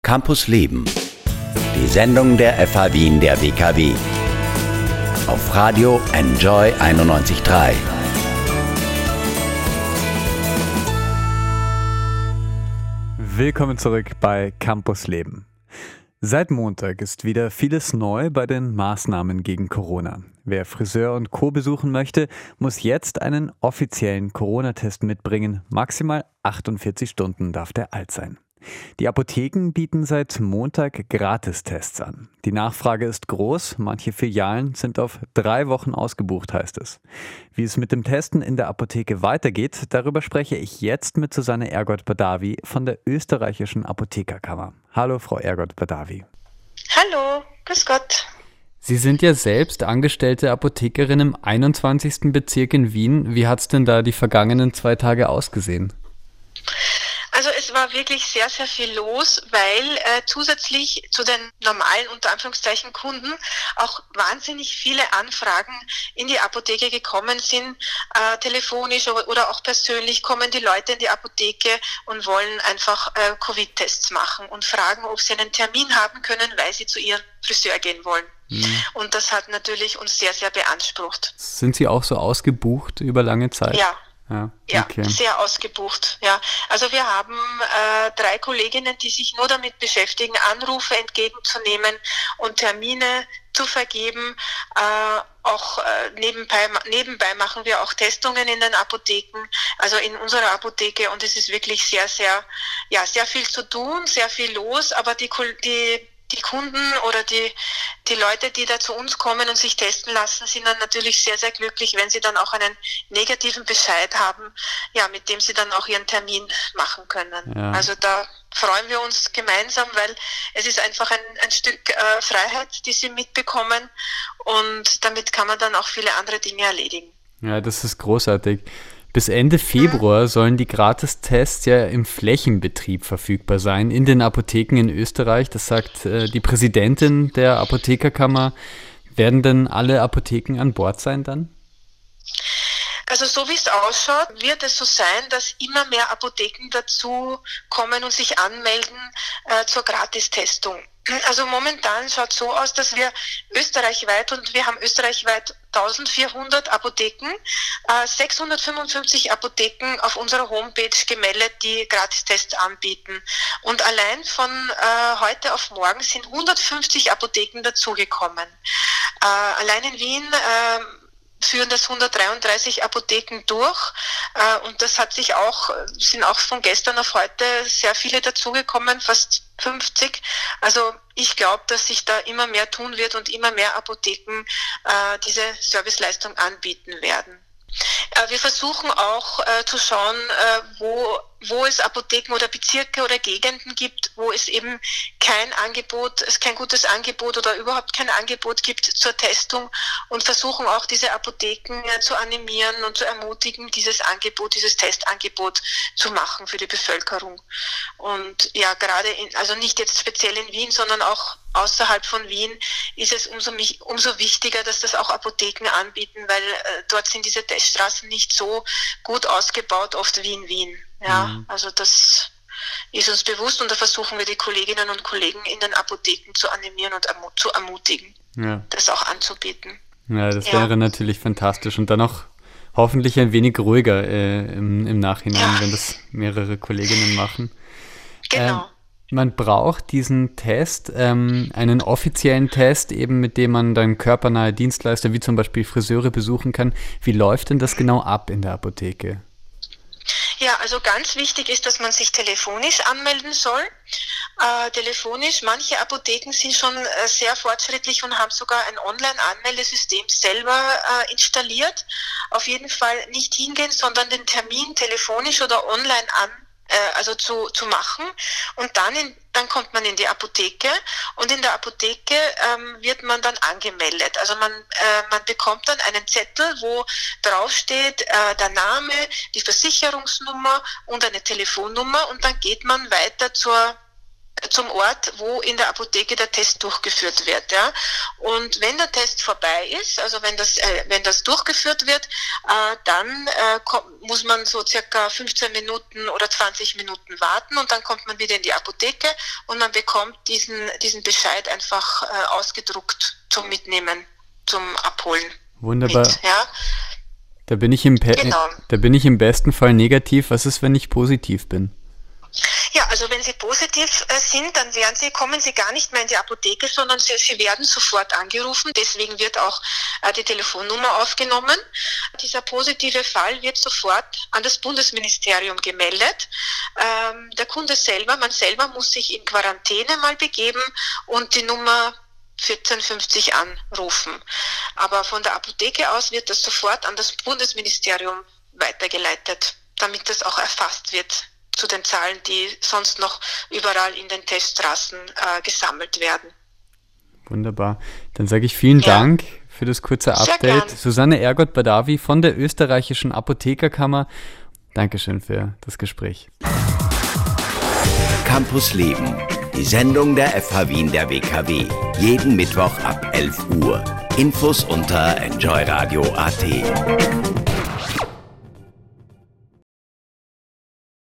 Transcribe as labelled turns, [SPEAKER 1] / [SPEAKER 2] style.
[SPEAKER 1] Campus Leben. Die Sendung der FH Wien der WKW. Auf Radio Enjoy 91.3.
[SPEAKER 2] Willkommen zurück bei Campus Leben. Seit Montag ist wieder vieles neu bei den Maßnahmen gegen Corona. Wer Friseur und Co. besuchen möchte, muss jetzt einen offiziellen Corona-Test mitbringen. Maximal 48 Stunden darf der alt sein. Die Apotheken bieten seit Montag Gratistests an. Die Nachfrage ist groß, manche Filialen sind auf 3 Wochen ausgebucht, heißt es. Wie es mit dem Testen in der Apotheke weitergeht, darüber spreche ich jetzt mit Susanne Ergoth-Badawi von der österreichischen Apothekerkammer. Hallo Frau Ergoth-Badawi.
[SPEAKER 3] Hallo, grüß Gott.
[SPEAKER 2] Sie sind ja selbst angestellte Apothekerin im 21. Bezirk in Wien. Wie hat es denn da die vergangenen 2 Tage ausgesehen?
[SPEAKER 3] Also es war wirklich sehr, sehr viel los, weil zusätzlich zu den normalen, unter Anführungszeichen, Kunden auch wahnsinnig viele Anfragen in die Apotheke gekommen sind. Telefonisch oder auch persönlich kommen die Leute in die Apotheke und wollen einfach Covid-Tests machen und fragen, ob sie einen Termin haben können, weil sie zu ihrem Friseur gehen wollen. Mhm. Und das hat natürlich uns sehr, sehr beansprucht.
[SPEAKER 2] Sind Sie auch so ausgebucht über lange Zeit?
[SPEAKER 3] Ja.
[SPEAKER 2] Ja, okay.
[SPEAKER 3] Sehr ausgebucht. Ja, also wir haben 3 Kolleginnen, die sich nur damit beschäftigen, Anrufe entgegenzunehmen und Termine zu vergeben. Auch nebenbei machen wir auch Testungen in den Apotheken, also in unserer Apotheke, und es ist wirklich sehr, sehr, sehr viel zu tun, sehr viel los, aber die Kunden oder die Leute, die da zu uns kommen und sich testen lassen, sind dann natürlich sehr, sehr glücklich, wenn sie dann auch einen negativen Bescheid haben, mit dem sie dann auch ihren Termin machen können. Ja. Also da freuen wir uns gemeinsam, weil es ist einfach ein Stück Freiheit, die sie mitbekommen, und damit kann man dann auch viele andere Dinge erledigen.
[SPEAKER 2] Ja, das ist großartig. Bis Ende Februar sollen die Gratistests ja im Flächenbetrieb verfügbar sein in den Apotheken in Österreich. Das sagt die Präsidentin der Apothekerkammer. Werden denn alle Apotheken an Bord sein dann?
[SPEAKER 3] Also so wie es ausschaut, wird es so sein, dass immer mehr Apotheken dazu kommen und sich anmelden zur Gratistestung. Also momentan schaut es so aus, dass wir österreichweit, und wir haben österreichweit 1400 Apotheken, 655 Apotheken auf unserer Homepage gemeldet, die Gratistests anbieten. Und allein von heute auf morgen sind 150 Apotheken dazugekommen. Allein in Wien führen das 133 Apotheken durch, und das sind auch von gestern auf heute sehr viele dazugekommen, fast 50. Also ich glaube, dass sich da immer mehr tun wird und immer mehr Apotheken diese Serviceleistung anbieten werden. Wir versuchen auch zu schauen, wo es Apotheken oder Bezirke oder Gegenden gibt, wo es eben kein gutes Angebot oder überhaupt kein Angebot gibt zur Testung, und versuchen auch diese Apotheken zu animieren und zu ermutigen, dieses Testangebot zu machen für die Bevölkerung. Und ja, gerade also nicht jetzt speziell in Wien, sondern auch außerhalb von Wien ist es umso wichtiger, dass das auch Apotheken anbieten, weil dort sind diese Teststraßen nicht so gut ausgebaut, oft wie in Wien. Ja, also das ist uns bewusst, und da versuchen wir, die Kolleginnen und Kollegen in den Apotheken zu animieren und zu ermutigen, das auch anzubieten.
[SPEAKER 2] Ja, das wäre natürlich fantastisch, und dann auch hoffentlich ein wenig ruhiger im Nachhinein, wenn das mehrere Kolleginnen machen.
[SPEAKER 3] Genau.
[SPEAKER 2] Man braucht diesen Test, einen offiziellen Test, eben mit dem man dann körpernahe Dienstleister wie zum Beispiel Friseure besuchen kann. Wie läuft denn das genau ab in der Apotheke?
[SPEAKER 3] Ja, also ganz wichtig ist, dass man sich telefonisch anmelden soll. Manche Apotheken sind schon sehr fortschrittlich und haben sogar ein Online-Anmeldesystem selber installiert. Auf jeden Fall nicht hingehen, sondern den Termin telefonisch oder online zu machen, und dann kommt man in die Apotheke, und in der Apotheke wird man dann angemeldet. Also man bekommt dann einen Zettel, wo drauf steht der Name, die Versicherungsnummer und eine Telefonnummer, und dann geht man weiter zur zum Ort, wo in der Apotheke der Test durchgeführt wird. Ja. Und wenn der Test vorbei ist, also wenn das durchgeführt wird, dann muss man so circa 15 Minuten oder 20 Minuten warten und dann kommt man wieder in die Apotheke und man bekommt diesen Bescheid einfach ausgedruckt zum Mitnehmen, zum Abholen.
[SPEAKER 2] Wunderbar.
[SPEAKER 3] Ja.
[SPEAKER 2] Da bin ich im besten Fall negativ. Was ist, wenn ich positiv bin?
[SPEAKER 3] Ja, also wenn Sie positiv sind, dann kommen Sie gar nicht mehr in die Apotheke, sondern Sie werden sofort angerufen. Deswegen wird auch die Telefonnummer aufgenommen. Dieser positive Fall wird sofort an das Bundesministerium gemeldet. Man selber muss sich in Quarantäne mal begeben und die Nummer 1450 anrufen. Aber von der Apotheke aus wird das sofort an das Bundesministerium weitergeleitet, damit das auch erfasst wird zu den Zahlen, die sonst noch überall in den Teststraßen gesammelt werden.
[SPEAKER 2] Wunderbar. Dann sage ich vielen Dank für das kurze Update. Susanne Ergot-Badawi von der österreichischen Apothekerkammer. Dankeschön für das Gespräch.
[SPEAKER 1] Campus Leben, die Sendung der FH Wien der WKW. Jeden Mittwoch ab 11 Uhr. Infos unter enjoyradio.at.